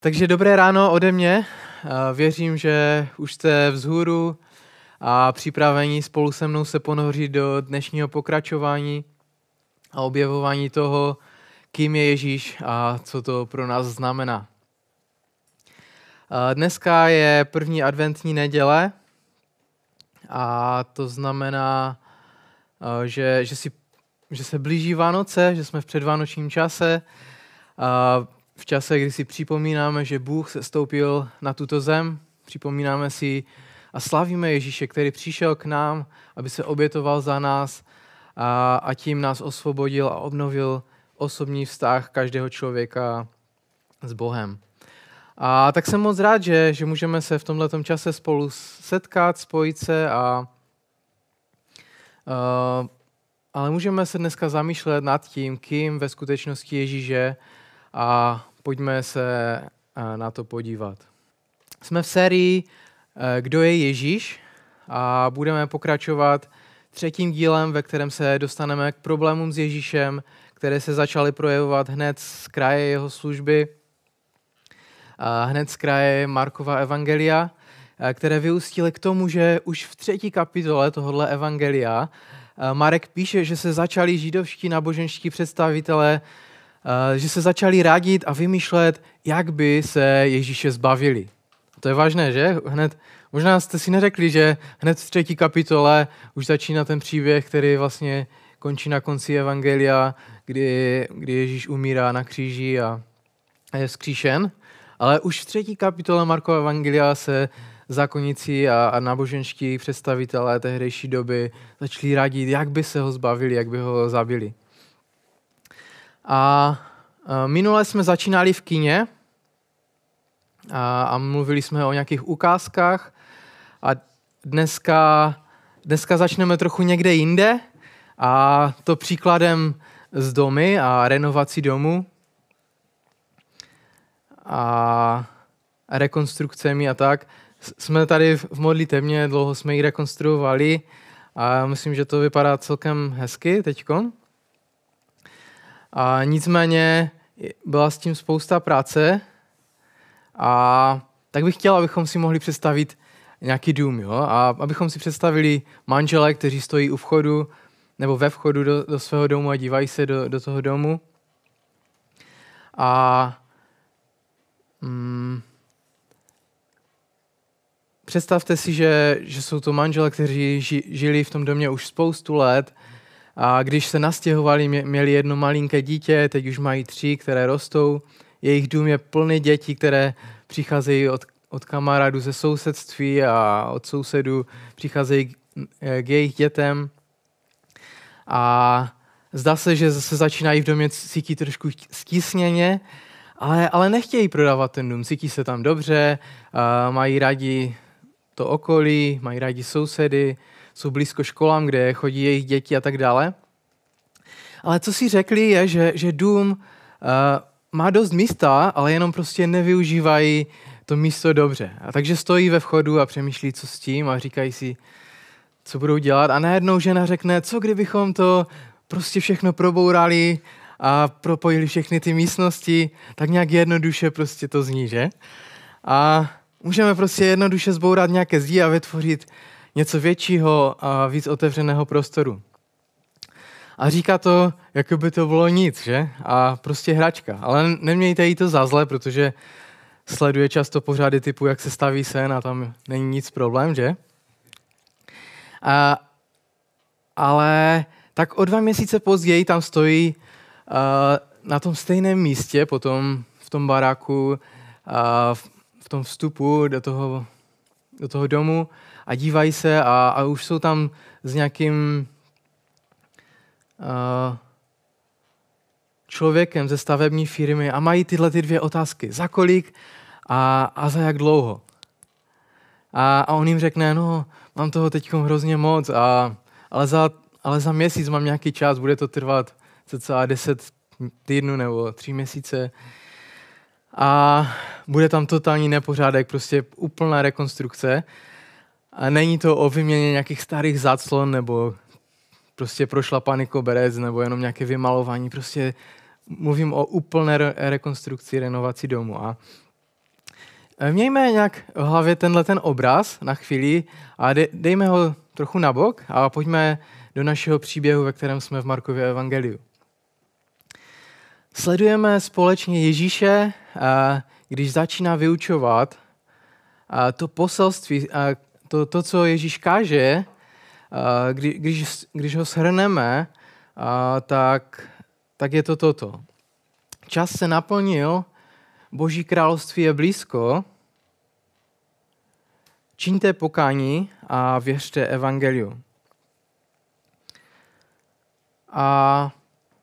Takže dobré ráno ode mě. Věřím, že už jste vzhůru a připraveni spolu se mnou se ponořit do dnešního pokračování a objevování toho, kým je Ježíš a co to pro nás znamená. Dneska je první adventní neděle a to znamená, že se blíží Vánoce, že jsme v předvánočním čase, v čase, kdy si připomínáme, že Bůh se stoupil na tuto zem, připomínáme si a slavíme Ježíše, který přišel k nám, aby se obětoval za nás a tím nás osvobodil a obnovil osobní vztah každého člověka s Bohem. A tak jsem moc rád, že můžeme se v tomhletom čase spolu setkat, spojit se ale můžeme se dneska zamýšlet nad tím, kým ve skutečnosti Ježíš je a pojďme se na to podívat. Jsme v sérii Kdo je Ježíš a budeme pokračovat třetím dílem, ve kterém se dostaneme k problémům s Ježíšem, které se začaly projevovat hned z kraje jeho služby, hned z kraje Markova evangelia, které vyústily k tomu, že už v 3. kapitole tohoto evangelia Marek píše, že se začali židovští náboženští představitelé, že se začali radit a vymýšlet, jak by se Ježíše zbavili. To je vážné, že? Možná jste si neřekli, že hned v 3. kapitole už začíná ten příběh, který vlastně končí na konci evangelia, kdy Ježíš umírá na kříži a je vzkříšen. Ale už v 3. kapitole Markova evangelia se zákonníci a náboženští představitelé tehdejší doby začali radit, jak by se ho zbavili, jak by ho zabili. A minule jsme začínali v kině a mluvili jsme o nějakých ukázkách a dneska začneme trochu někde jinde a to příkladem z domy a renovací domu a rekonstrukcemi a tak. Jsme tady v modlitevně, dlouho jsme ji rekonstruovali a myslím, že to vypadá celkem hezky teďkon. A nicméně byla s tím spousta práce a tak bych chtěl, abychom si mohli představit nějaký dům, jo? A abychom si představili manžele, kteří stojí u vchodu nebo ve vchodu do svého domu a dívají se do toho domu. A představte si, že jsou to manžele, kteří žili v tom domě už spoustu let a když se nastěhovali, měli jedno malinké dítě, teď už mají 3, které rostou. Jejich dům je plný dětí, které přicházejí od kamarádů ze sousedství a od sousedů přicházejí k jejich dětem. A zdá se, že se začínají v domě cítit trošku stísněně, ale nechtějí prodávat ten dům. Cítí se tam dobře, mají rádi to okolí, mají rádi sousedy, jsou blízko školám, kde chodí jejich děti a tak dále. Ale co si řekli je, že dům má dost místa, ale jenom prostě nevyužívají to místo dobře. A takže stojí ve vchodu a přemýšlí, co s tím a říkají si, co budou dělat. A najednou žena řekne, co kdybychom to prostě všechno probourali a propojili všechny ty místnosti, tak nějak jednoduše prostě to zní, že? A můžeme prostě jednoduše zbourat nějaké zdi a vytvořit něco většího a víc otevřeného prostoru. A říká to, jako by to bylo nic, že? A prostě hračka. Ale nemějte jí to za zle, protože sleduje často pořady typu, jak se staví sen a tam není nic problém, že? Ale tak o 2 měsíce později tam stojí na tom stejném místě, potom v tom baráku, v tom vstupu do toho domu a dívají se a už jsou tam s nějakým člověkem ze stavební firmy a mají tyhle 2 otázky. Za kolik a za jak dlouho? A on jim řekne, no, mám toho teď hrozně moc, ale za měsíc mám nějaký čas, bude to trvat cca 10 týdnů nebo 3 měsíce. A bude tam totální nepořádek, prostě úplná rekonstrukce. A není to o vyměně nějakých starých záclon nebo prostě prošlapaný koberec nebo jenom nějaké vymalování. Prostě mluvím o úplné rekonstrukci, renovaci domu. Mějme nějak v hlavě ten obraz na chvíli a dejme ho trochu nabok a pojďme do našeho příběhu, ve kterém jsme v Markově evangeliu. Sledujeme společně Ježíše, když začíná vyučovat to poselství, to, co Ježíš káže, když ho shrneme, tak je to toto. Čas se naplnil, Boží království je blízko, čiňte pokání a věřte evangeliu. A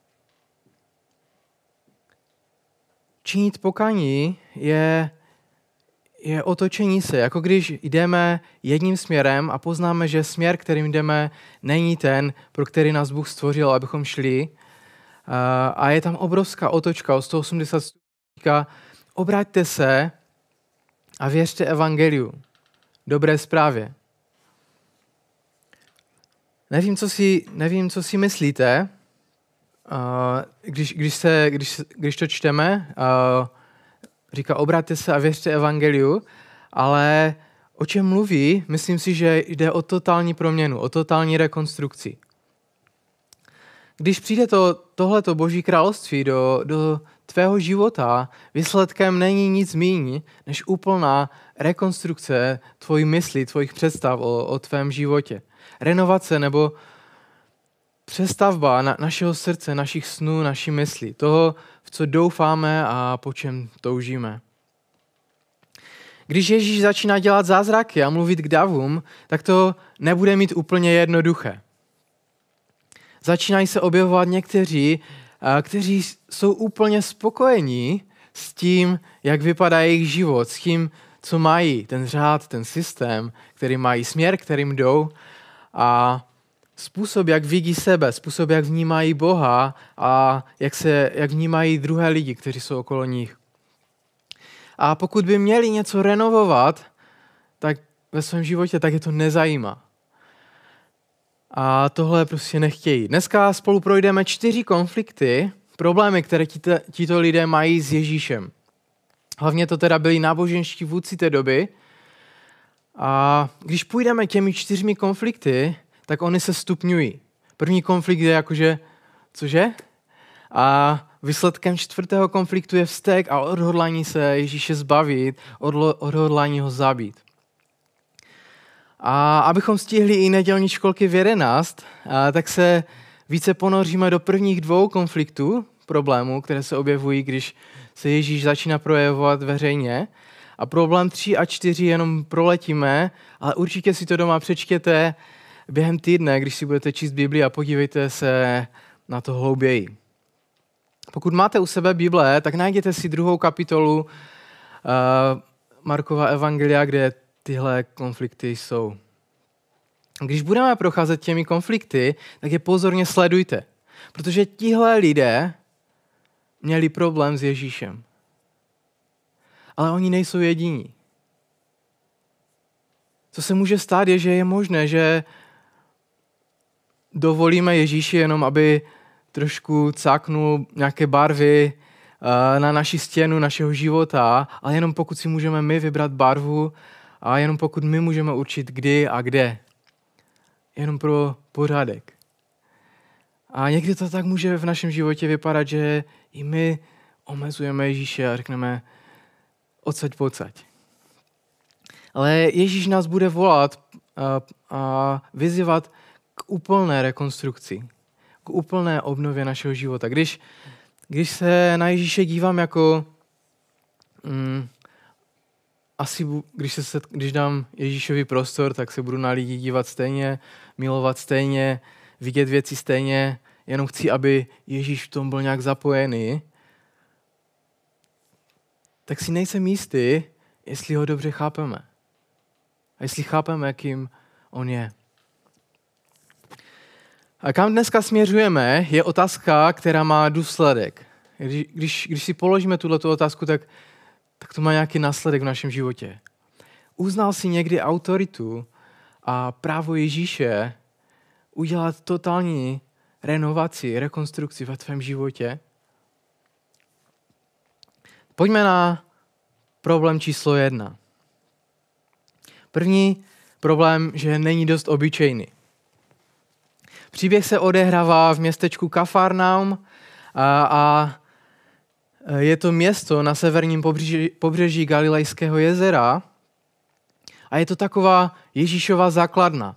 činit pokání je otočení se, jako když jdeme jedním směrem a poznáme, že směr, kterým jdeme, není ten, pro který nás Bůh stvořil, abychom šli. A je tam obrovská otočka o 180 stupňů. Obraťte se a věřte evangeliu, dobré zprávě. Nevím, co si myslíte, když to čteme, říká obraťte se a věřte evangeliu, ale o čem mluví, myslím si, že jde o totální proměnu, o totální rekonstrukci. Když přijde tohleto Boží království do tvého života, výsledkem není nic méně, než úplná rekonstrukce tvojí mysli, tvojich představ o tvém životě. Renovace nebo přestavba našeho srdce, našich snů, naší mysli, toho, v co doufáme a po čem toužíme. Když Ježíš začíná dělat zázraky a mluvit k davům, tak to nebude mít úplně jednoduché. Začínají se objevovat někteří, kteří jsou úplně spokojení s tím, jak vypadá jejich život, s tím, co mají, ten řád, ten systém, který mají, směr, kterým jdou a způsob, jak vidí sebe, způsob, jak vnímají Boha a jak vnímají druhé lidi, kteří jsou okolo nich. A pokud by měli něco renovovat, tak ve svém životě, tak je to nezajímá. A tohle prostě nechtějí. Dneska spolu projdeme 4 konflikty, problémy, které tito lidé mají s Ježíšem. Hlavně to teda byli náboženští vůdci té doby. A když půjdeme těmi 4 konflikty, tak oni se stupňují. První konflikt je jakože, cože? A výsledkem 4. konfliktu je vztek a odhodlání se Ježíše zbavit, odhodlání ho zabít. A abychom stihli i nedělní školky v 11, tak se více ponoříme do prvních 2 konfliktů, problémů, které se objevují, když se Ježíš začíná projevovat veřejně. A problém 3 a 4 jenom proletíme, ale určitě si to doma přečtěte během týdne, když si budete číst Bibli a podívejte se na to hlouběji. Pokud máte u sebe Bible, tak najděte si 2. kapitolu Markova evangelia, kde tyhle konflikty jsou. Když budeme procházet těmi konflikty, tak je pozorně sledujte, protože tihle lidé měli problém s Ježíšem. Ale oni nejsou jediní. Co se může stát, je, že je možné, že dovolíme Ježíši jenom, aby trošku cáknul nějaké barvy na naši stěnu našeho života, ale jenom pokud si můžeme my vybrat barvu a jenom pokud my můžeme určit kdy a kde. Jenom pro pořádek. A někdy to tak může v našem životě vypadat, že i my omezujeme Ježíše a řekneme odsaď pocať. Ale Ježíš nás bude volat a vyzývat k úplné rekonstrukci, k úplné obnově našeho života. Když se na Ježíše dívám jako když dám Ježíšovi prostor, tak se budu na lidi dívat stejně, milovat stejně, vidět věci stejně, jenom chci, aby Ježíš v tom byl nějak zapojený, tak si nejsem jistý, jestli ho dobře chápeme. A jestli chápeme, kým on je. A kam dneska směřujeme, je otázka, která má důsledek. Když si položíme tuto otázku, tak to má nějaký následek v našem životě. Uznal jsi někdy autoritu a právo Ježíše udělat totální renovaci, rekonstrukci ve tvém životě? Pojďme na problém číslo 1. První problém, že není dost obyčejný. Příběh se odehrává v městečku Kafarnaum a je to město na severním pobřeží Galilejského jezera a je to taková Ježíšova základna,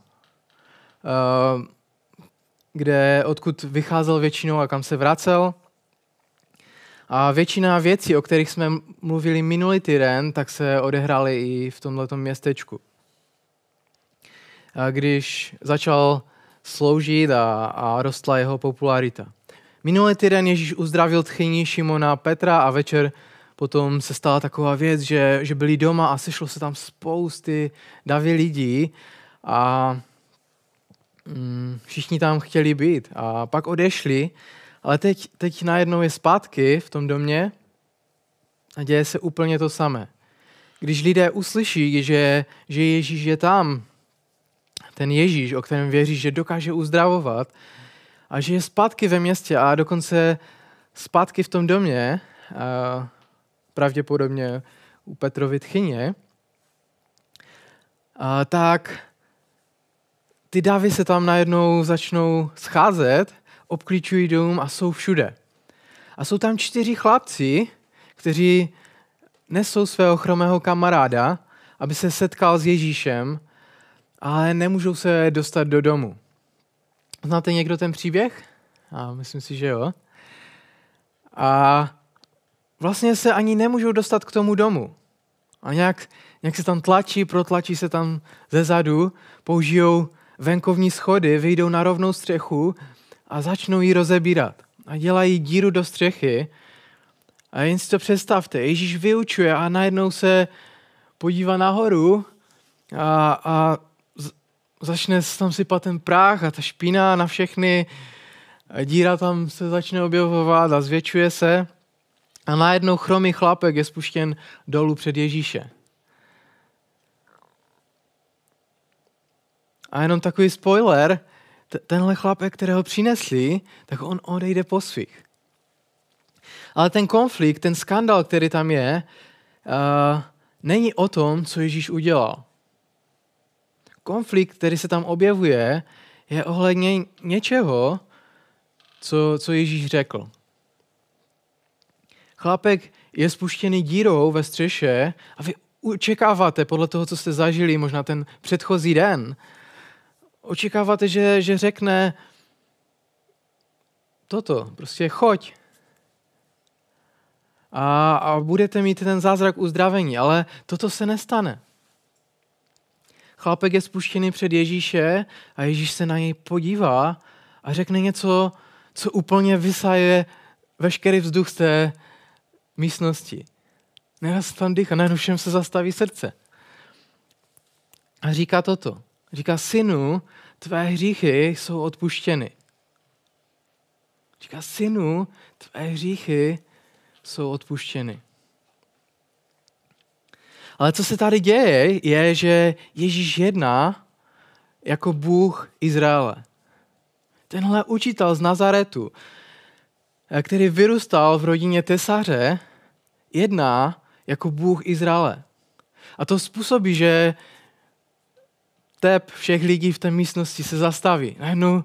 odkud vycházel většinou a kam se vracel. A většina věcí, o kterých jsme mluvili minulý týden, tak se odehrály i v tomhletom městečku. Když začal sloužit a rostla jeho popularita. Minulý týden Ježíš uzdravil tchyni Šimona Petra a večer potom se stala taková věc, že byli doma a sešlo se tam spousty davy lidí a všichni tam chtěli být. A pak odešli, ale teď najednou je zpátky v tom domě a děje se úplně to samé. Když lidé uslyší, že Ježíš je tam, ten Ježíš, o kterém věří, že dokáže uzdravovat a že je zpátky ve městě a dokonce zpátky v tom domě, pravděpodobně u Petrovy tchyně, tak ty davy se tam najednou začnou scházet, obklíčují dům a jsou všude. A jsou tam 4 chlapci, kteří nesou svého chromého kamaráda, aby se setkal s Ježíšem, ale nemůžou se dostat do domu. Znáte někdo ten příběh? Myslím si, že jo. A vlastně se ani nemůžou dostat k tomu domu. A nějak se tam protlačí se tam zezadu, použijou venkovní schody, vyjdou na rovnou střechu a začnou ji rozebírat. A dělají díru do střechy. A jen si to představte, Ježíš vyučuje a najednou se podívá nahoru a začne tam sypat ten prach a ta špína na všechny. Díra tam se začne objevovat a zvětšuje se. A najednou chromý chlapek je spuštěn dolů před Ježíše. A jenom takový spoiler, tenhle chlapek, kterého přinesli, tak on odejde po svých. Ale ten konflikt, ten skandál, který tam je, není o tom, co Ježíš udělal. Konflikt, který se tam objevuje, je ohledně něčeho, co Ježíš řekl. Chlapek je spuštěný dírou ve střeše a vy očekáváte, podle toho, co jste zažili, možná ten předchozí den, očekáváte, že řekne toto, prostě choď. A budete mít ten zázrak uzdravení, ale toto se nestane. Chlapek je spuštěný před Ježíše a Ježíš se na něj podívá a řekne něco, co úplně vysaje veškerý vzduch z té místnosti. Nedá se tam dýchat, najednou všem se zastaví srdce. A říká toto. Říká, synu, tvé hříchy jsou odpuštěny. Říká, synu, tvé hříchy jsou odpuštěny. Ale co se tady děje, je, že Ježíš jedná jako Bůh Izraele. Tenhle učitel z Nazaretu, který vyrůstal v rodině tesaře, jedná jako Bůh Izraele. A to způsobí, že tep všech lidí v té místnosti se zastaví. Najednou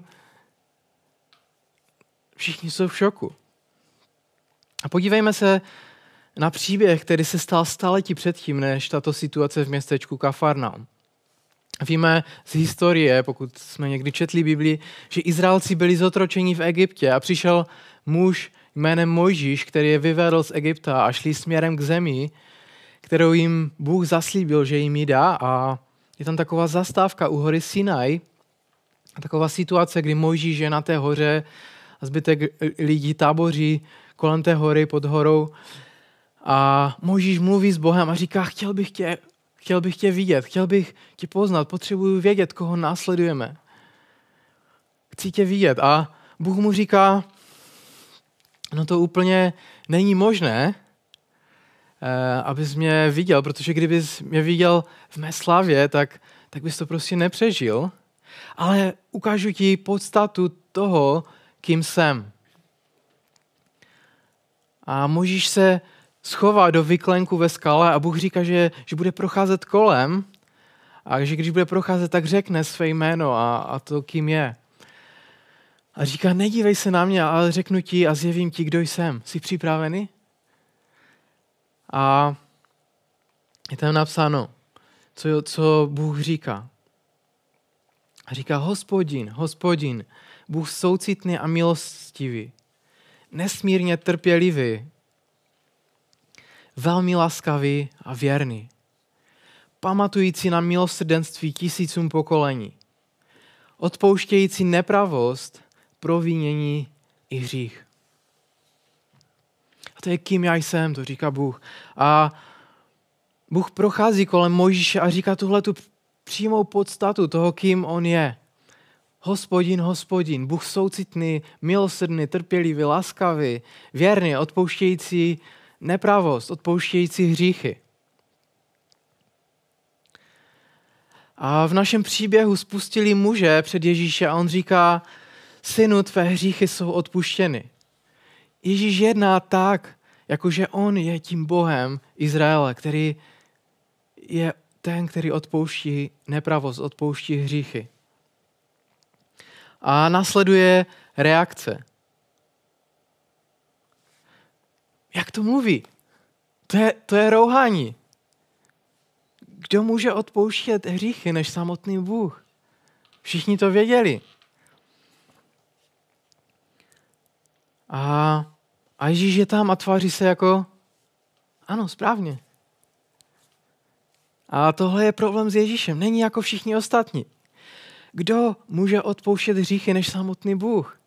všichni jsou v šoku. A podívejme se na příběh, který se stal staletí předtím, než tato situace v městečku Kafarnaum. Víme z historie, pokud jsme někdy četli Biblii, že Izraelci byli zotročeni v Egyptě a přišel muž jménem Mojžíš, který je vyvedl z Egypta a šli směrem k zemi, kterou jim Bůh zaslíbil, že jim ji dá. A je tam taková zastávka u hory Sinaj, taková situace, kdy Mojžíš je na té hoře a zbytek lidí táboří kolem té hory, pod horou. A Mojžíš mluví s Bohem a říká, chtěl bych tě vidět, chtěl bych tě poznat, potřebuji vědět, koho následujeme. Chci tě vidět. A Bůh mu říká, no to úplně není možné, abys mě viděl, protože kdybys mě viděl v mé slavě, tak bys to prostě nepřežil. Ale ukážu ti podstatu toho, kým jsem. A Mojžíš se schová do vyklenku ve skale a Bůh říká, že bude procházet kolem a že když bude procházet, tak řekne své jméno a to, kým je. A říká, nedívej se na mě, ale řeknu ti a zjevím ti, kdo jsem. Jsi připravený? A je tam napsáno, co Bůh říká. A říká, Hospodin, Bůh soucitný a milostivý, nesmírně trpělivý, velmi laskavý a věrný, pamatující na milosrdenství tisícům pokolení, odpouštějící nepravost, provinění i hřích. A to je, kým já jsem, to říká Bůh. A Bůh prochází kolem Mojžíše a říká tuhletu přímou podstatu toho, kým on je. Hospodin, Bůh soucitný, milosrdný, trpělivý, laskavý, věrný, odpouštějící nepravost, odpouštějící hříchy. A v našem příběhu spustili muže před Ježíše a on říká, synu, tvé hříchy jsou odpuštěny. Ježíš jedná tak, jakože on je tím Bohem Izraele, který je ten, který odpouští nepravost, odpouští hříchy. A následuje reakce. Jak to mluví? To je rouhání. Kdo může odpouštět hříchy než samotný Bůh? Všichni to věděli. A Ježíš je tam a tváří se jako, ano, správně. A tohle je problém s Ježíšem. Není jako všichni ostatní. Kdo může odpouštět hříchy než samotný Bůh?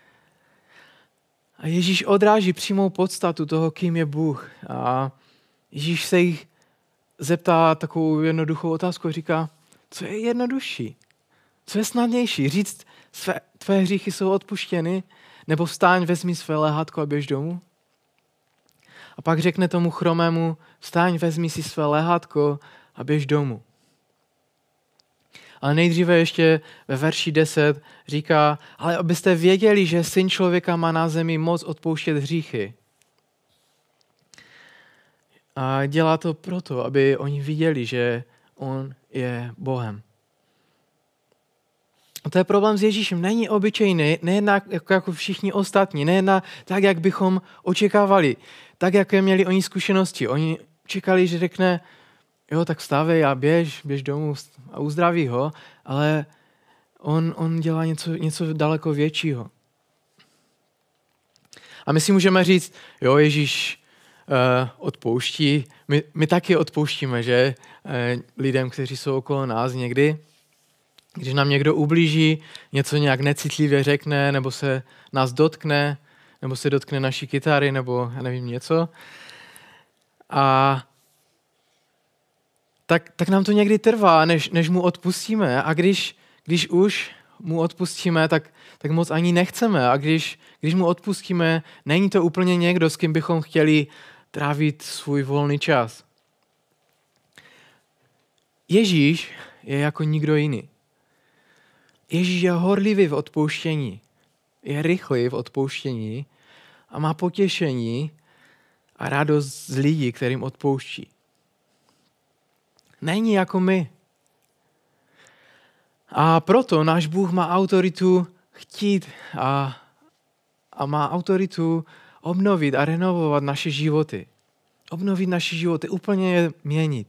A Ježíš odráží přímou podstatu toho, kým je Bůh. A Ježíš se jich zeptá takovou jednoduchou otázku a říká, co je jednodušší? Co je snadnější? Říct, tvé hříchy jsou odpuštěny? Nebo vstaň, vezmi své lehátko a běž domů? A pak řekne tomu chromému, vstaň, vezmi si své lehátko a běž domů. Ale nejdříve ještě ve verši 10 říká, ale abyste věděli, že Syn člověka má na zemi moc odpouštět hříchy. A dělá to proto, aby oni viděli, že on je Bohem. A to je problém s Ježíšem. Není obyčejný, nejedná jako všichni ostatní, nejedná tak, jak bychom očekávali, tak, jaké měli oni zkušenosti. Oni čekali, že řekne, jo, tak vstávej a běž domů a uzdraví ho, ale on dělá něco daleko většího. A my si můžeme říct, jo, Ježíš odpouští, my taky odpouštíme, že lidem, kteří jsou okolo nás někdy, když nám někdo ublíží, něco nějak necitlivě řekne, nebo se nás dotkne, nebo se dotkne naší kytary, nebo já nevím, něco. A tak nám to někdy trvá, než mu odpustíme. A když už mu odpustíme, tak moc ani nechceme. A když mu odpustíme, není to úplně někdo, s kým bychom chtěli trávit svůj volný čas. Ježíš je jako nikdo jiný. Ježíš je horlivý v odpouštění, je rychlý v odpouštění a má potěšení a radost z lidí, kterým odpouští. Není jako my. A proto náš Bůh má autoritu chtít a má autoritu obnovit a renovovat naše životy. Obnovit naše životy, úplně je měnit.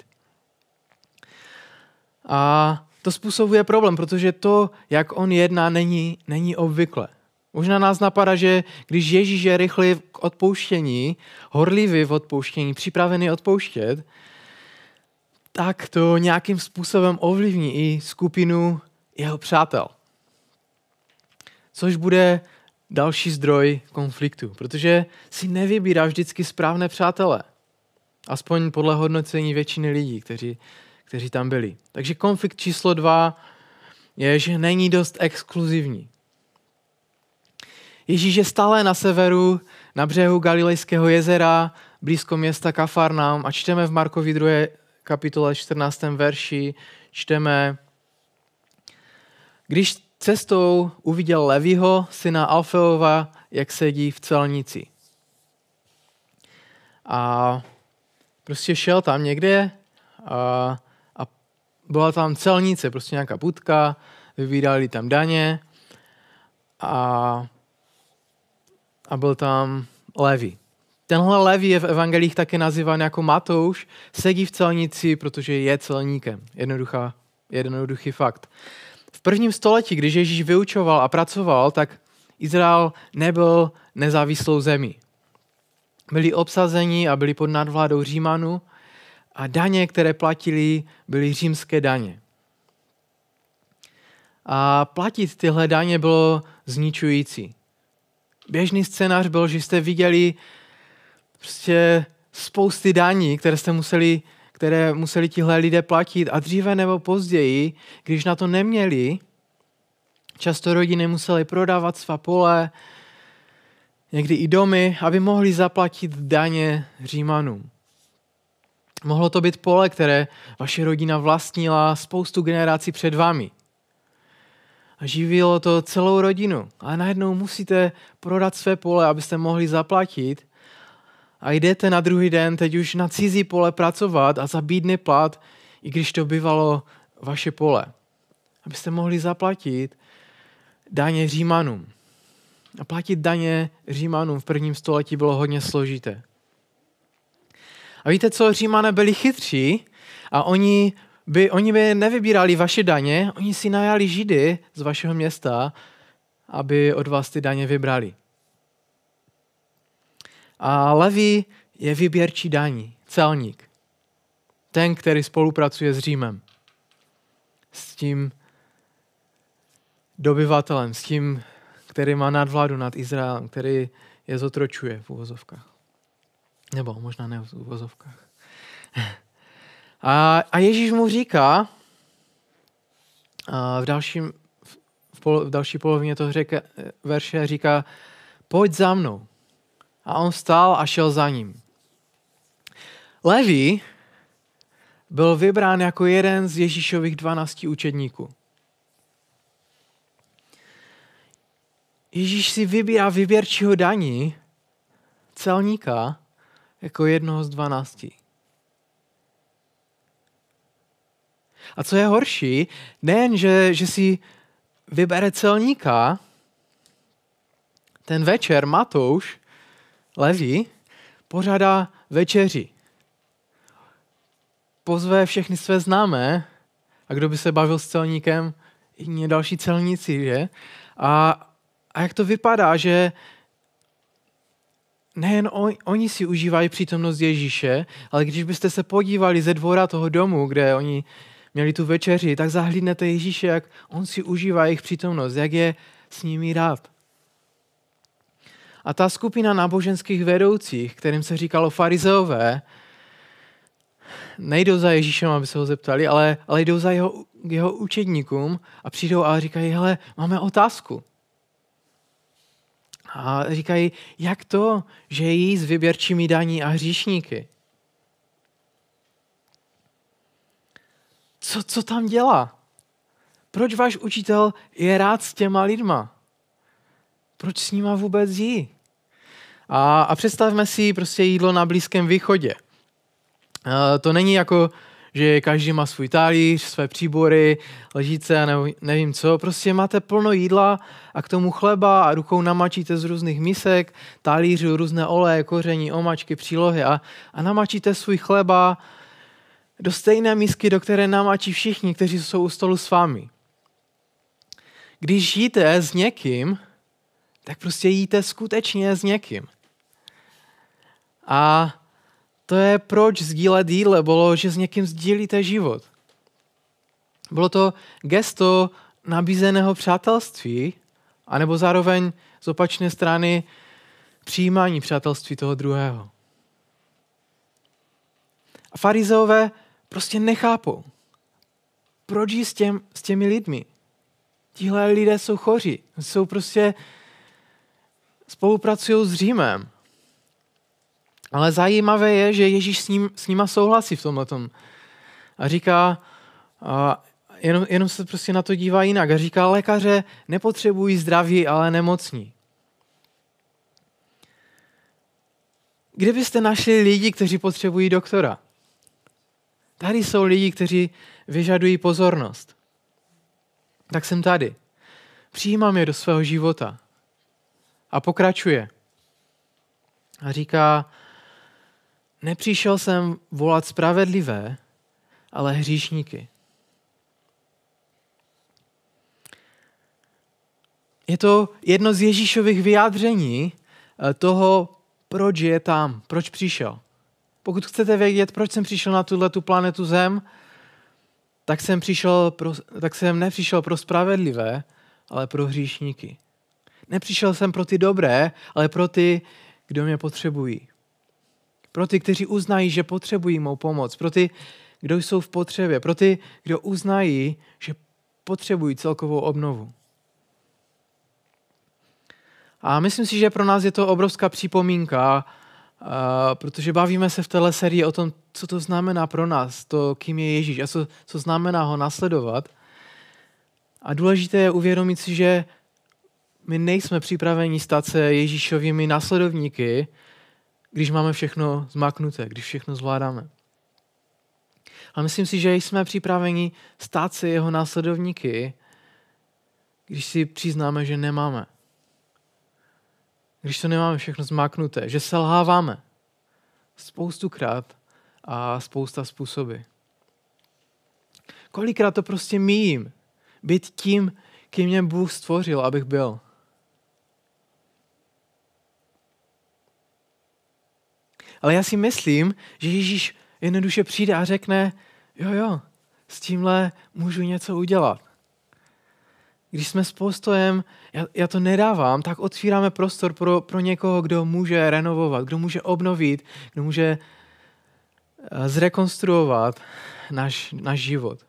A to způsobuje problém, protože to, jak on jedná, není obvykle. Možná nás napadá, že když Ježíš je rychlý k odpouštění, horlivý v odpouštění, připravený odpouštět, tak to nějakým způsobem ovlivní i skupinu jeho přátel. Což bude další zdroj konfliktu, protože si nevybírá vždycky správné přátele. Aspoň podle hodnocení většiny lidí, kteří tam byli. Takže konflikt číslo 2 je, že není dost exkluzivní. Ježíš je stále na severu, na břehu Galilejského jezera, blízko města Kafarnaum a čteme v Markovi 2. kapitole 14. verši, čteme, když cestou uviděl Levího, syna Alfeova, jak sedí v celnici. a prostě šel tam někde a byla tam celnice, prostě nějaká budka, vybírali tam daně a byl tam Levi. Tenhle Levi je v evangelích také nazýván jako Matouš, sedí v celnici, protože je celníkem. Jednoduchý fakt. V prvním století, když Ježíš vyučoval a pracoval, tak Izrael nebyl nezávislou zemí. Byli obsazeni a byli pod nadvládou Římanů a daně, které platili, byly římské daně. A platit tyhle daně bylo zničující. Běžný scénář byl, že jste viděli prostě spousty daní, které museli tihle lidé platit a dříve nebo později, když na to neměli, často rodiny musely prodávat svá pole, někdy i domy, aby mohli zaplatit daně Římanům. Mohlo to být pole, které vaše rodina vlastnila spoustu generací před vámi. A živilo to celou rodinu. A najednou musíte prodat své pole, abyste mohli zaplatit. A jdete na druhý den teď už na cizí pole pracovat a za bídný plat, i když to bývalo vaše pole. Abyste mohli zaplatit daně Římanům. A platit daně Římanům v prvním století bylo hodně složité. A víte co, Římané byli chytří a oni by nevybírali vaše daně, oni si najali Židy z vašeho města, aby od vás ty daně vybrali. A Levi je výběrčí daní, celník. Ten, který spolupracuje s Římem. S tím dobyvatelem, s tím, který má nadvládu nad Izraelem, který je zotročuje v uvozovkách. Nebo možná ne v uvozovkách. A Ježíš mu říká, v další polovině toho verše říká, pojď za mnou. A on vstal a šel za ním. Levi byl vybrán jako jeden z Ježíšových 12 učedníků. Ježíš si vybírá výběrčího daní, celníka, jako jednoho z 12. A co je horší, nejen, že si vybere celníka, ten večer Matouš, Levi, pořádá večeři. Pozve všechny své známé, a kdo by se bavil s celníkem, i další celníci, že? A jak to vypadá, že nejen oni si užívají přítomnost Ježíše, ale když byste se podívali ze dvora toho domu, kde oni měli tu večeři, tak zahlídnete Ježíše, jak on si užívá jejich přítomnost, jak je s nimi rád. A ta skupina náboženských vedoucích, kterým se říkalo farizeové, nejdou za Ježíšem, aby se ho zeptali, ale jdou za jeho učedníkům a přijdou a říkají, hele, máme otázku. A říkají, jak to, že jí s výběrčími daní a hříšníky? Co tam dělá? Proč váš učitel je rád s těma lidma? Proč s nima vůbec jí? A představme si prostě jídlo na Blízkém východě. To není jako, že každý má svůj talíř, své příbory, ležíce, nebo nevím co. Prostě máte plno jídla a k tomu chleba a rukou namačíte z různých misek, talířů, různé oleje, koření, omáčky, přílohy a namačíte svůj chleba do stejné misky, do které namačí všichni, kteří jsou u stolu s vámi. Když jíte s někým, tak prostě jíte skutečně s někým. A to je proč sdílet jídlo, bylo, že s někým sdílíte život. Bylo to gesto nabízeného přátelství, anebo zároveň z opačné strany přijímání přátelství toho druhého. A farizeové prostě nechápou, proč jí s těmi lidmi. Tihle lidé jsou choří, jsou prostě spolupracují s Římem. Ale zajímavé je, že Ježíš s nima souhlasí v tomhletom. A říká, jenom se prostě na to dívá jinak. A říká, lékaře nepotřebují zdraví, ale nemocní. Kde byste našli lidi, kteří potřebují doktora? Tady jsou lidi, kteří vyžadují pozornost. Tak jsem tady. Přijímám je do svého života. A pokračuje. A říká, nepřišel jsem volat spravedlivé, ale hříšníky. Je to jedno z Ježíšových vyjádření toho, proč je tam, proč přišel. Pokud chcete vědět, proč jsem přišel na tuto planetu Zem, tak jsem nepřišel pro spravedlivé, ale pro hříšníky. Nepřišel jsem pro ty dobré, ale pro ty, kdo mě potřebují. Pro ty, kteří uznají, že potřebují mou pomoc. Pro ty, kdo jsou v potřebě. Pro ty, kdo uznají, že potřebují celkovou obnovu. A myslím si, že pro nás je to obrovská připomínka, protože bavíme se v téhle sérii o tom, co to znamená pro nás, to, kým je Ježíš a co znamená ho nasledovat. A důležité je uvědomit si, že my nejsme připraveni stát se Ježíšovými následovníky, když máme všechno zmaknuté, když všechno zvládáme. A myslím si, že jsme připraveni stát se jeho následovníky, když si přiznáme, že nemáme. Když to nemáme všechno zmaknuté, že selháváme spoustukrát a spousta způsoby. Kolikrát to prostě míjím, být tím, kým mě Bůh stvořil, abych byl. Ale já si myslím, že Ježíš jednoduše přijde a řekne, jo, s tímhle můžu něco udělat. Když jsme s postojem, já to nedávám, tak otvíráme prostor pro někoho, kdo může renovovat, kdo může obnovit, kdo může zrekonstruovat náš život.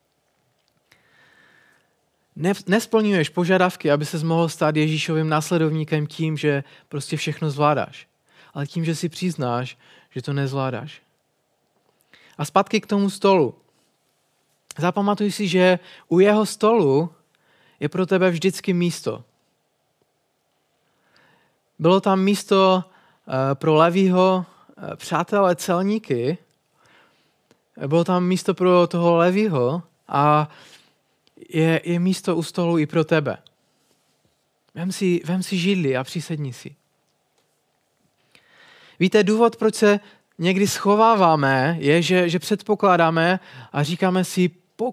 Nesplňuješ požadavky, aby ses mohl stát Ježíšovým následovníkem tím, že prostě všechno zvládáš, ale tím, že si přiznáš, že to nezvládáš. A zpátky k tomu stolu. Zapamatuj si, že u jeho stolu je pro tebe vždycky místo. Bylo tam místo pro Levího přátelé celníky, bylo tam místo pro toho Levího a je místo u stolu i pro tebe. Vem si židli a přisedni si. Víte, důvod, proč se někdy schováváme, je, že předpokládáme a říkáme si,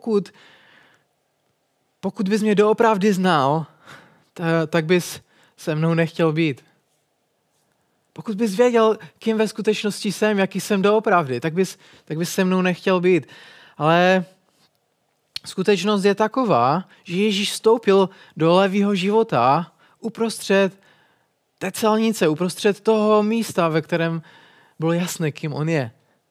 pokud bys mě doopravdy znal, tak bys se mnou nechtěl být. Pokud bys věděl, kým ve skutečnosti jsem, jaký jsem doopravdy, tak bys se mnou nechtěl být. Ale skutečnost je taková, že Ježíš vstoupil do Levího života uprostřed té celnice, uprostřed toho místa, ve kterém bylo jasné, kým on je.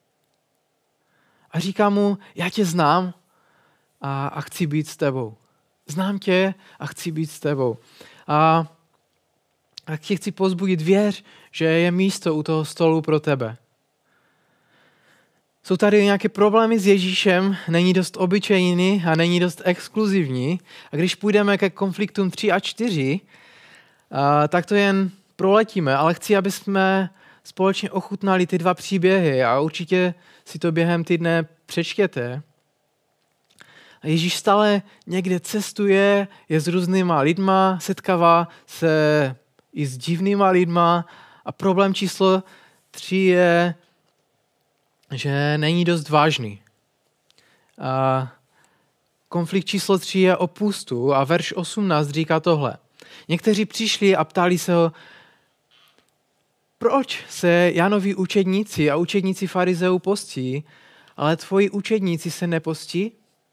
A říká mu, já tě znám a chci být s tebou. Znám tě a chci být s tebou. A tě chci pozbudit, věř, že je místo u toho stolu pro tebe. Jsou tady nějaké problémy s Ježíšem, není dost obyčejný a není dost exkluzivní. A když půjdeme ke konfliktům 3 a 4, tak to jen proletíme, ale chci, aby jsme společně ochutnali ty 2 příběhy a určitě si to během týdne přečtěte. Ježíš stále někde cestuje, je s různýma lidma, setkává se i s divnýma lidma a problém číslo 3 je, že není dost vážný. A konflikt číslo 3 je o pustu a verš 18 říká tohle. Někteří přišli a ptali se ho, proč se Janovi učedníci a učedníci farizeů postí, ale tvoji učedníci se nepostí?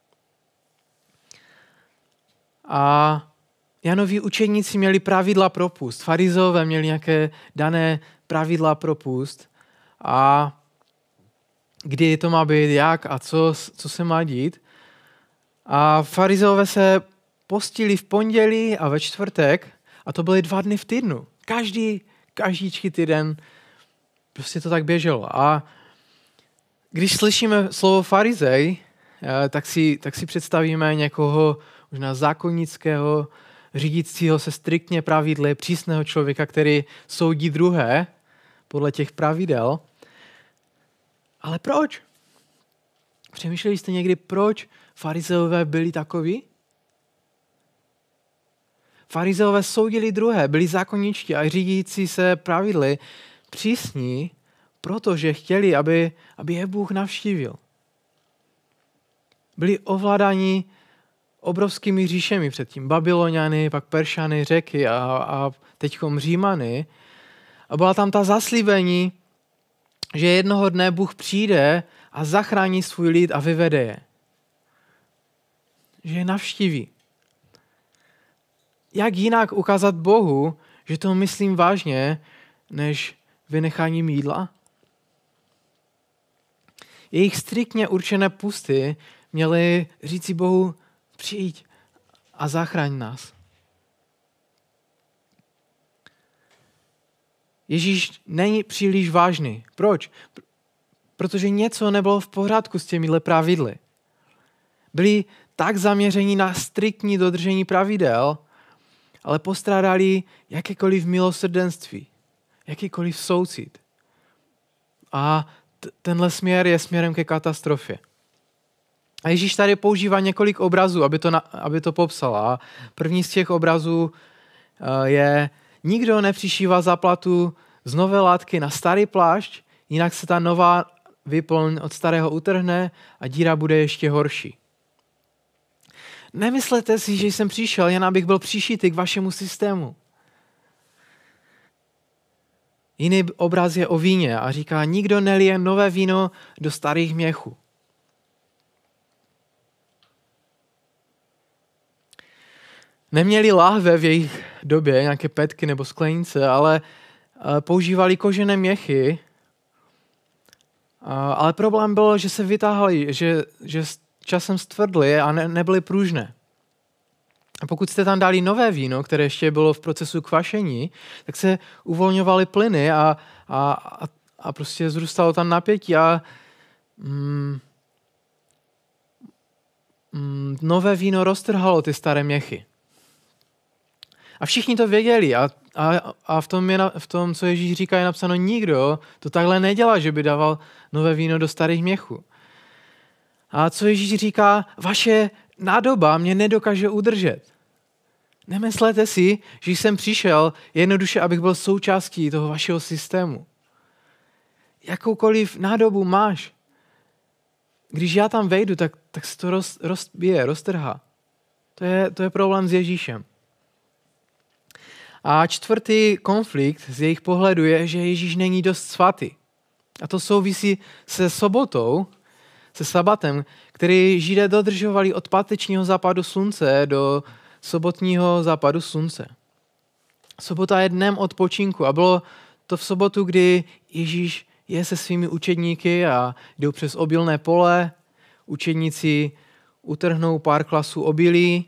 A Janovi učedníci měli pravidla pro půst. Farizeové měli nějaké dané pravidla pro půst. A kdy to má být, jak a co se má dít. A farizeové se postili v pondělí a ve čtvrtek a to byly 2 dny v týdnu. Každý týden prostě to tak běželo. A když slyšíme slovo farizej, tak si představíme někoho možná zákonnického, řídícího se striktně pravidly, přísného člověka, který soudí druhé, podle těch pravidel. Ale proč? Přemýšleli jste někdy, proč farizeové byli takoví? Farizeové soudili druhé, byli zákonničtí a řídící se pravidly přísní, protože chtěli, aby je Bůh navštívil. Byli ovládáni obrovskými říšemi předtím. Babyloniany, pak Peršany, Řeky a teďkom Římany. A byla tam ta zaslíbení, že jednoho dne Bůh přijde a zachrání svůj lid a vyvede je. Že je navštíví. Jak jinak ukázat Bohu, že to myslím vážně, než vynecháním jídla? Jejich striktně určené pusty měly říci Bohu, přijď a zachraň nás. Ježíš není příliš vážný. Proč? Protože něco nebylo v pořádku s těmihle pravidly. Byli tak zaměření na striktní dodržení pravidel, ale postrádali jakékoliv milosrdenství, jakýkoliv soucit. A tenhle směr je směrem ke katastrofě. A Ježíš tady používá několik obrazů, aby to popsal. A první z těch obrazů je: nikdo nepřišívá záplatu z nové látky na starý plášť, jinak se ta nová výplň od starého utrhne a díra bude ještě horší. Nemyslete si, že jsem přišel, jen abych byl přišitý k vašemu systému. Jiný obraz je o víně a říká: nikdo nelije nové víno do starých měchů. Neměli láhve v jejich době, nějaké petky nebo sklenice, ale používali kožené měchy. Ale problém byl, že se vytáhali, že časem stvrdly a nebyly pružné. A pokud jste tam dali nové víno, které ještě bylo v procesu kvašení, tak se uvolňovaly plyny a prostě zrůstalo tam napětí a nové víno roztrhalo ty staré měchy. A všichni to věděli a v tom, co Ježíš říká, je napsáno: nikdo to takhle nedělá, že by dával nové víno do starých měchů. A co Ježíš říká: vaše nádoba mě nedokáže udržet. Nemyslete si, že jsem přišel jednoduše, abych byl součástí toho vašeho systému. Jakoukoliv nádobu máš, když já tam vejdu, tak se to roztrhá. To je problém s Ježíšem. A čtvrtý konflikt z jejich pohledu je, že Ježíš není dost svatý. A to souvisí se sobotou, se sabatem, který Židé dodržovali od pátečního západu slunce do sobotního západu slunce. Sobota je dnem odpočinku a bylo to v sobotu, kdy Ježíš je se svými učedníky a jdou přes obilné pole. Učedníci utrhnou pár klasů obilí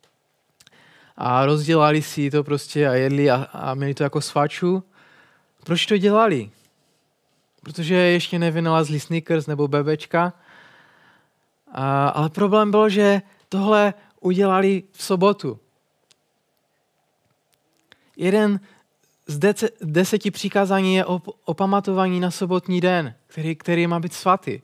a rozdělali si to prostě a jedli a měli to jako svaču. Proč to dělali? Protože ještě nevynalazli Snickers nebo bebečka. Ale problém byl, že tohle udělali v sobotu. Jeden z 10 přikázání je o pamatování na sobotní den, který má být svatý.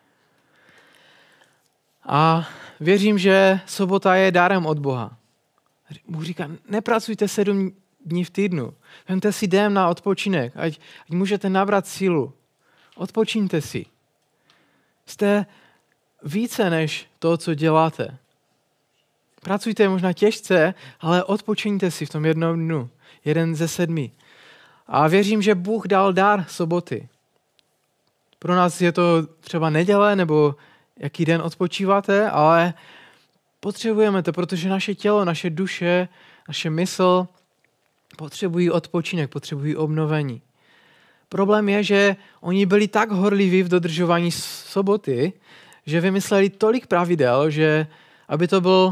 A věřím, že sobota je dárem od Boha. Bůh říká: nepracujte 7 dní v týdnu. Vemte si den na odpočinek, ať můžete nabrat sílu. Odpočiňte si. Jste více než to, co děláte. Pracujte možná těžce, ale odpočiňte si v tom jednom dnu. 1 ze 7. A věřím, že Bůh dal dar soboty. Pro nás je to třeba neděle, nebo jaký den odpočíváte, ale potřebujeme to, protože naše tělo, naše duše, naše mysl potřebují odpočinek, potřebují obnovení. Problém je, že oni byli tak horliví v dodržování soboty, že vymysleli tolik pravidel, že aby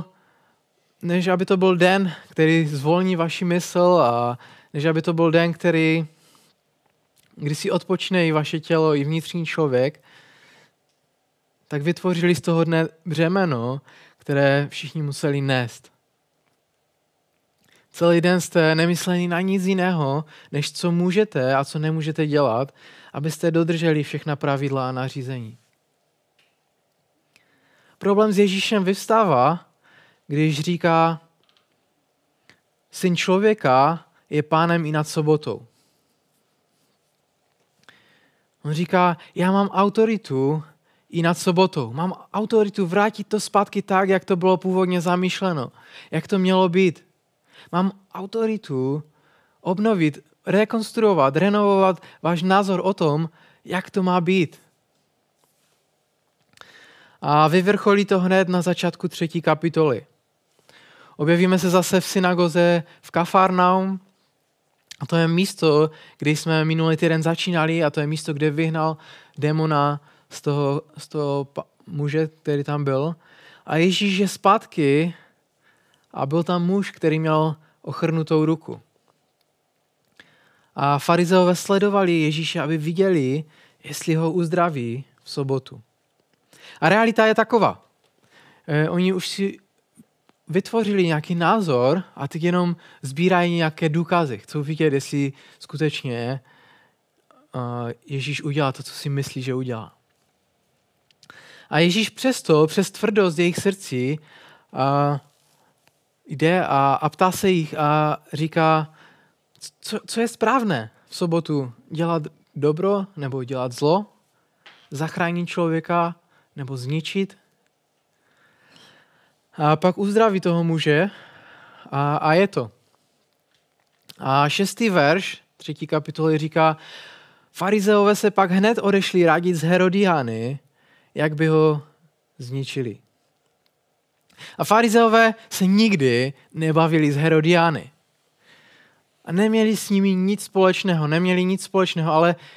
to byl den, který zvolní vaši mysl, a než aby to byl den, kdy si odpočne i vaše tělo, i vnitřní člověk, tak vytvořili z toho dne břemeno, které všichni museli nést. Celý den jste nemysleli na nic jiného, než co můžete a co nemůžete dělat, abyste dodrželi všechna pravidla a nařízení. Problém s Ježíšem vyvstává, když říká, Syn člověka je pánem i nad sobotou. On říká, já mám autoritu i nad sobotou. Mám autoritu vrátit to zpátky tak, jak to bylo původně zamýšleno. Jak to mělo být. Mám autoritu obnovit, rekonstruovat, renovovat váš názor o tom, jak to má být. A vyvrcholí to hned na začátku 3. kapitoly. Objevíme se zase v synagoze v Kafarnaum. A to je místo, kde jsme minulý týden začínali, a to je místo, kde vyhnal démona z toho muže, který tam byl. A Ježíš je zpátky a byl tam muž, který měl ochrnutou ruku. A farizeové sledovali Ježíše, aby viděli, jestli ho uzdraví v sobotu. A realita je taková. Oni už si vytvořili nějaký názor a teď jenom sbírají nějaké důkazy. Chcou vidět, jestli skutečně Ježíš udělá to, co si myslí, že udělá. A Ježíš přesto, přes tvrdost jejich srdcí, jde a ptá se jich a říká, co je správné v sobotu? Dělat dobro nebo dělat zlo? Zachránit člověka nebo zničit? A pak uzdraví toho muže a je to. A 6. verš 3. kapitoly říká, farizeové se pak hned odešli radit z Herodiány, jak by ho zničili. A farizeové se nikdy nebavili z Herodiány. A neměli s nimi nic společného,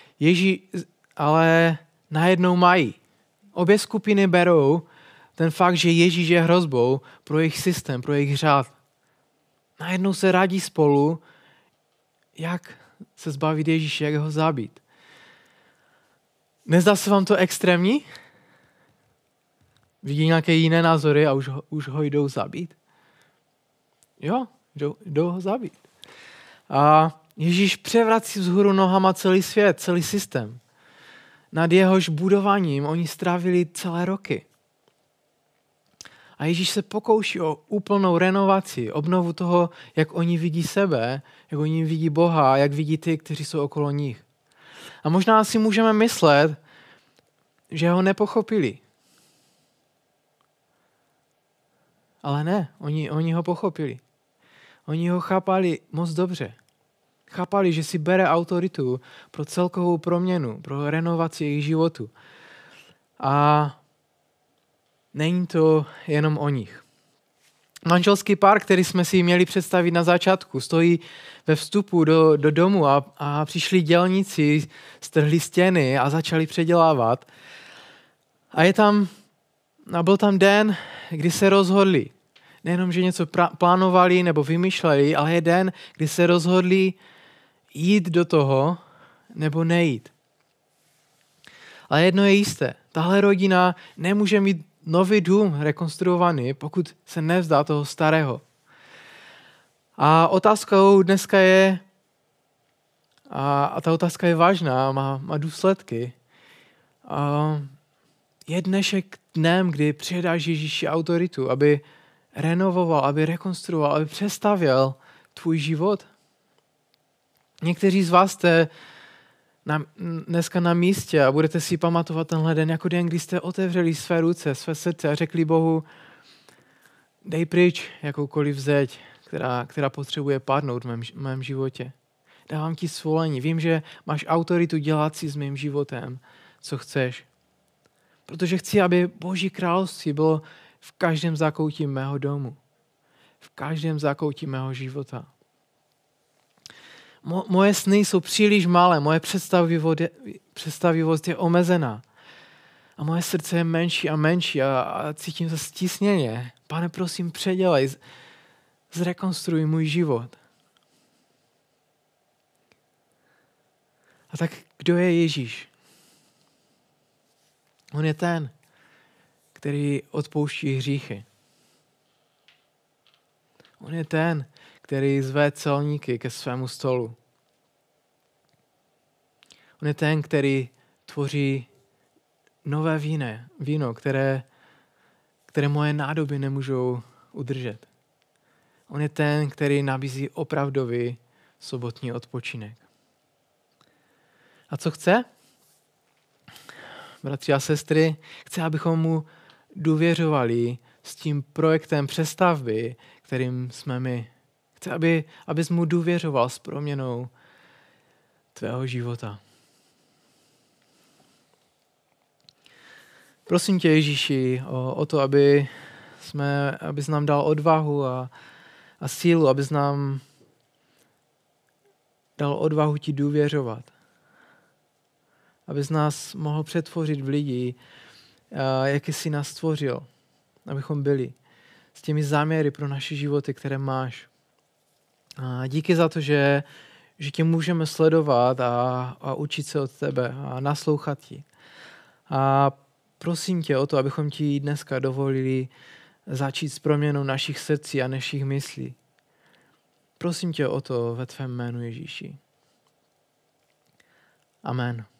ale najednou mají. Obě skupiny berou ten fakt, že Ježíš je hrozbou pro jejich systém, pro jejich řád. Najednou se radí spolu, jak se zbavit Ježíše, jak ho zabít. Nezdá se vám to extrémní? Vidí nějaké jiné názory a už ho jdou zabít? Jo, jdou ho zabít. A Ježíš převrací vzhůru nohama celý svět, celý systém. Nad jehož budováním oni strávili celé roky. A Ježíš se pokouší o úplnou renovaci, obnovu toho, jak oni vidí sebe, jak oni vidí Boha, jak vidí ty, kteří jsou okolo nich. A možná si můžeme myslet, že ho nepochopili. Ale ne, oni ho pochopili. Oni ho chápali moc dobře. Chápali, že si bere autoritu pro celkovou proměnu, pro renovaci jejich životu. A není to jenom o nich. Manželský pár, který jsme si měli představit na začátku, stojí ve vstupu do domu a přišli dělníci, strhli stěny a začali předělávat. A byl tam den, kdy se rozhodli. Nejenom, že něco plánovali nebo vymýšleli, ale je den, kdy se rozhodli jít do toho nebo nejít. Ale jedno je jisté. Tahle rodina nemůže mít nový dům rekonstruovaný, pokud se nevzdá toho starého. A otázkou dneska je, a ta otázka je vážná, má důsledky. Je dnešek dnem, kdy předáš Ježíši autoritu, aby renovoval, aby rekonstruoval, aby přestavěl tvůj život? Někteří z vás jste dneska na místě a budete si pamatovat tenhle den jako den, kdy jste otevřeli své ruce, své srdce a řekli Bohu, dej pryč jakoukoliv zeď, která potřebuje padnout v mém životě. Dávám ti svolení. Vím, že máš autoritu dělat si s mým životem, co chceš. Protože chci, aby Boží království bylo v každém zákoutí mého domu. V každém zákoutí mého života. Moje sny jsou příliš malé, moje představivost je omezená. A moje srdce je menší a menší a cítím se stisněně. Pane, prosím, předělej, zrekonstruuj můj život. A tak kdo je Ježíš? On je ten, který odpouští hříchy. On je ten, který zve celníky ke svému stolu. On je ten, který tvoří nové víno, které moje nádoby nemůžou udržet. On je ten, který nabízí opravdový sobotní odpočinek. A co chce? Bratři a sestry, chce, abychom mu důvěřovali s tím projektem přestavby, kterým jsme my. Chce, abys mu důvěřoval s proměnou tvého života. Prosím tě, Ježíši, o to, abys nám dal odvahu a sílu, abys nám dal odvahu ti důvěřovat. Abys nás mohl přetvořit v lidi, jak jsi nás stvořil, abychom byli s těmi záměry pro naše životy, které máš. A díky za to, že tě můžeme sledovat a učit se od tebe a naslouchat ti. A prosím tě o to, abychom ti dneska dovolili začít s proměnou našich srdcí a našich myslí. Prosím tě o to ve tvém jménu, Ježíši. Amen.